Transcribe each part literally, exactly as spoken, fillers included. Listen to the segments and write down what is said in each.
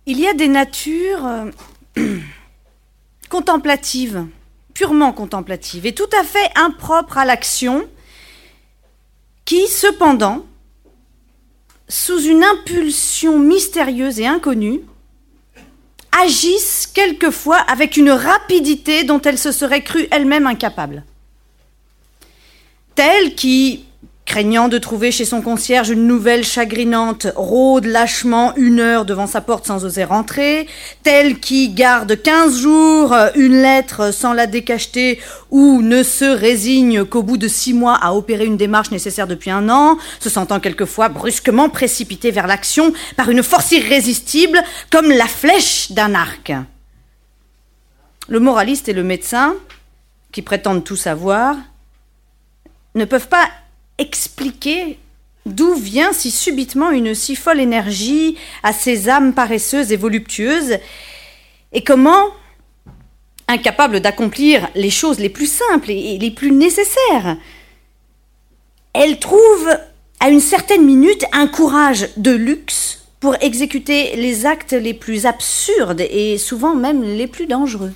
Il y a des natures euh, contemplatives, purement contemplatives, et tout à fait impropres à l'action, qui, cependant, sous une impulsion mystérieuse et inconnue, agissent quelquefois avec une rapidité dont elles se seraient crues elles-mêmes incapables. Telle qui, craignant de trouver chez son concierge une nouvelle chagrinante, rôde lâchement une heure devant sa porte sans oser rentrer, telle qui garde quinze jours une lettre sans la décacheter ou ne se résigne qu'au bout de six mois à opérer une démarche nécessaire depuis un an, se sentant quelquefois brusquement précipitée vers l'action par une force irrésistible comme la flèche d'un arc. Le moraliste et le médecin, qui prétendent tout savoir, ne peuvent pas expliquer d'où vient si subitement une si folle énergie à ces âmes paresseuses et voluptueuses, et comment, incapables d'accomplir les choses les plus simples et les plus nécessaires, elles trouvent à une certaine minute un courage de luxe pour exécuter les actes les plus absurdes et souvent même les plus dangereux.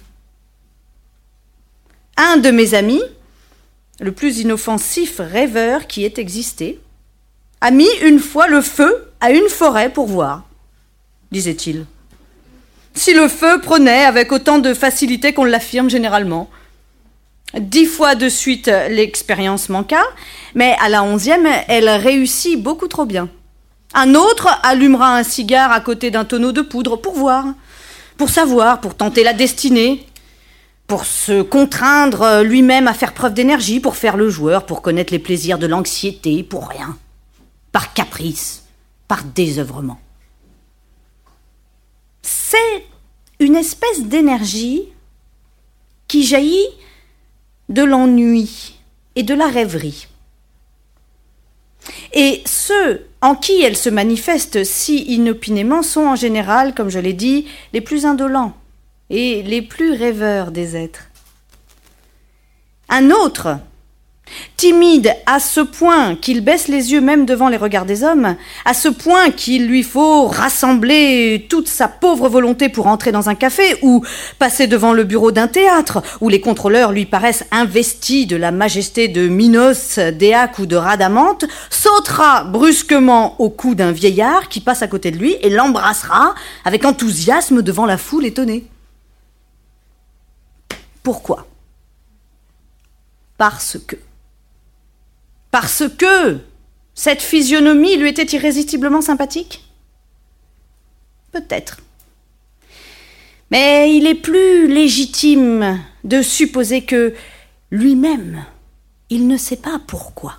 Un de mes amis, le plus inoffensif rêveur qui ait existé, a mis une fois le feu à une forêt pour voir, disait-il. Si le feu prenait avec autant de facilité qu'on l'affirme généralement. Dix fois de suite, l'expérience manqua, mais à la onzième, elle réussit beaucoup trop bien. Un autre allumera un cigare à côté d'un tonneau de poudre pour voir, pour savoir, pour tenter la destinée, pour se contraindre lui-même à faire preuve d'énergie, pour faire le joueur, pour connaître les plaisirs de l'anxiété, pour rien, par caprice, par désœuvrement. C'est une espèce d'énergie qui jaillit de l'ennui et de la rêverie. Et ceux en qui elle se manifeste si inopinément sont en général, comme je l'ai dit, les plus indolents et les plus rêveurs des êtres. Un autre, timide à ce point qu'il baisse les yeux même devant les regards des hommes, à ce point qu'il lui faut rassembler toute sa pauvre volonté pour entrer dans un café ou passer devant le bureau d'un théâtre où les contrôleurs lui paraissent investis de la majesté de Minos, d'Éaque ou de Rhadamante, sautera brusquement au cou d'un vieillard qui passe à côté de lui et l'embrassera avec enthousiasme devant la foule étonnée. Pourquoi ? Parce que. Parce que cette physionomie lui était irrésistiblement sympathique ? Peut-être. Mais il est plus légitime de supposer que lui-même, il ne sait pas pourquoi.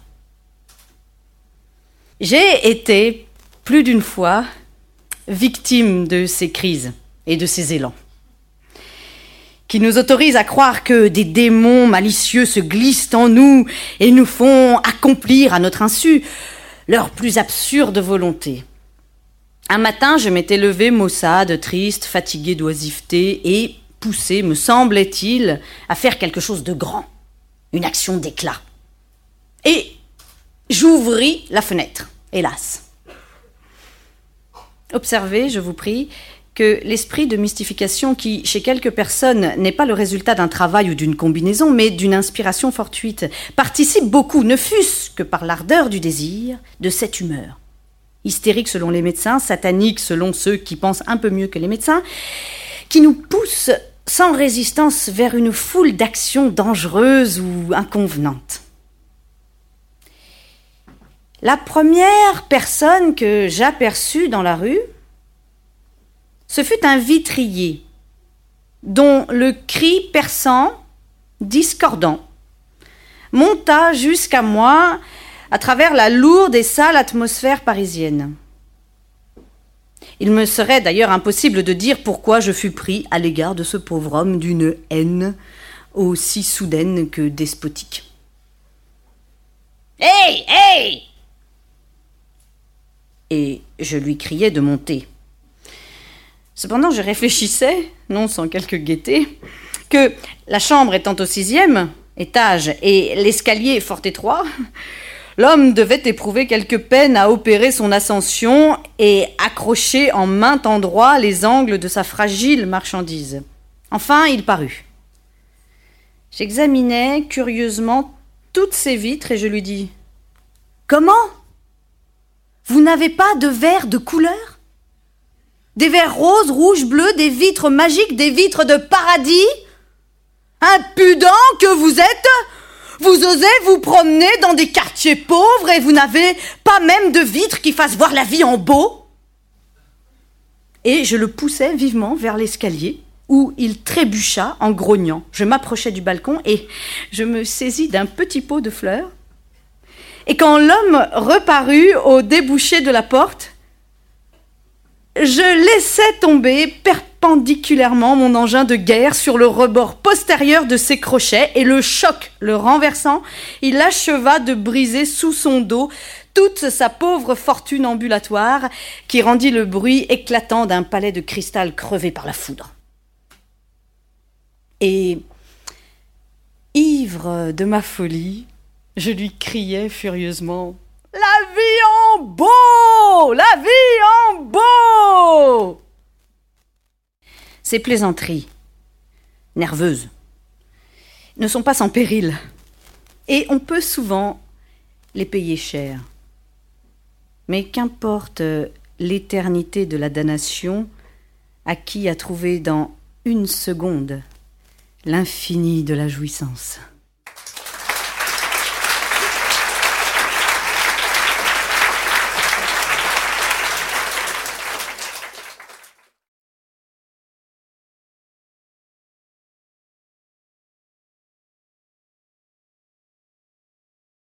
J'ai été, plus d'une fois, victime de ces crises et de ces élans, qui nous autorisent à croire que des démons malicieux se glissent en nous et nous font accomplir à notre insu leur plus absurde volonté. Un matin, je m'étais levée maussade, triste, fatiguée d'oisiveté et poussée, me semblait-il, à faire quelque chose de grand, une action d'éclat. Et j'ouvris la fenêtre, hélas. Observez, je vous prie, que l'esprit de mystification qui, chez quelques personnes, n'est pas le résultat d'un travail ou d'une combinaison, mais d'une inspiration fortuite, participe beaucoup, ne fût-ce que par l'ardeur du désir, de cette humeur. Hystérique selon les médecins, satanique selon ceux qui pensent un peu mieux que les médecins, qui nous pousse sans résistance vers une foule d'actions dangereuses ou inconvenantes. La première personne que j'aperçus dans la rue, ce fut un vitrier, dont le cri perçant, discordant, monta jusqu'à moi à travers la lourde et sale atmosphère parisienne. Il me serait d'ailleurs impossible de dire pourquoi je fus pris à l'égard de ce pauvre homme d'une haine aussi soudaine que despotique. « Hey, hey !» Et je lui criai de monter. Cependant, je réfléchissais, non sans quelque gaieté, que la chambre étant au sixième étage et l'escalier fort étroit, L'homme devait éprouver quelque peine à opérer son ascension et accrocher en maint endroit les angles de sa fragile marchandise. Enfin, il parut. J'examinais curieusement toutes ces vitres et je lui dis « Comment ? Vous n'avez pas de verres de couleur ? Des verres roses, rouges, bleus, des vitres magiques, des vitres de paradis ? Impudent que vous êtes ! Vous osez vous promener dans des quartiers pauvres et vous n'avez pas même de vitres qui fassent voir la vie en beau ?» Et je le poussai vivement vers l'escalier, où il trébucha en grognant. Je m'approchai du balcon et je me saisis d'un petit pot de fleurs. Et quand l'homme reparut au débouché de la porte, je laissai tomber perpendiculairement mon engin de guerre sur le rebord postérieur de ses crochets et le choc le renversant, il acheva de briser sous son dos toute sa pauvre fortune ambulatoire qui rendit le bruit éclatant d'un palais de cristal crevé par la foudre. Et, ivre de ma folie, je lui criais furieusement « La vie en beau ! La vie en beau !» Ces plaisanteries, nerveuses, ne sont pas sans péril, et on peut souvent les payer cher. Mais qu'importe l'éternité de la damnation à qui a trouvé dans une seconde l'infini de la jouissance.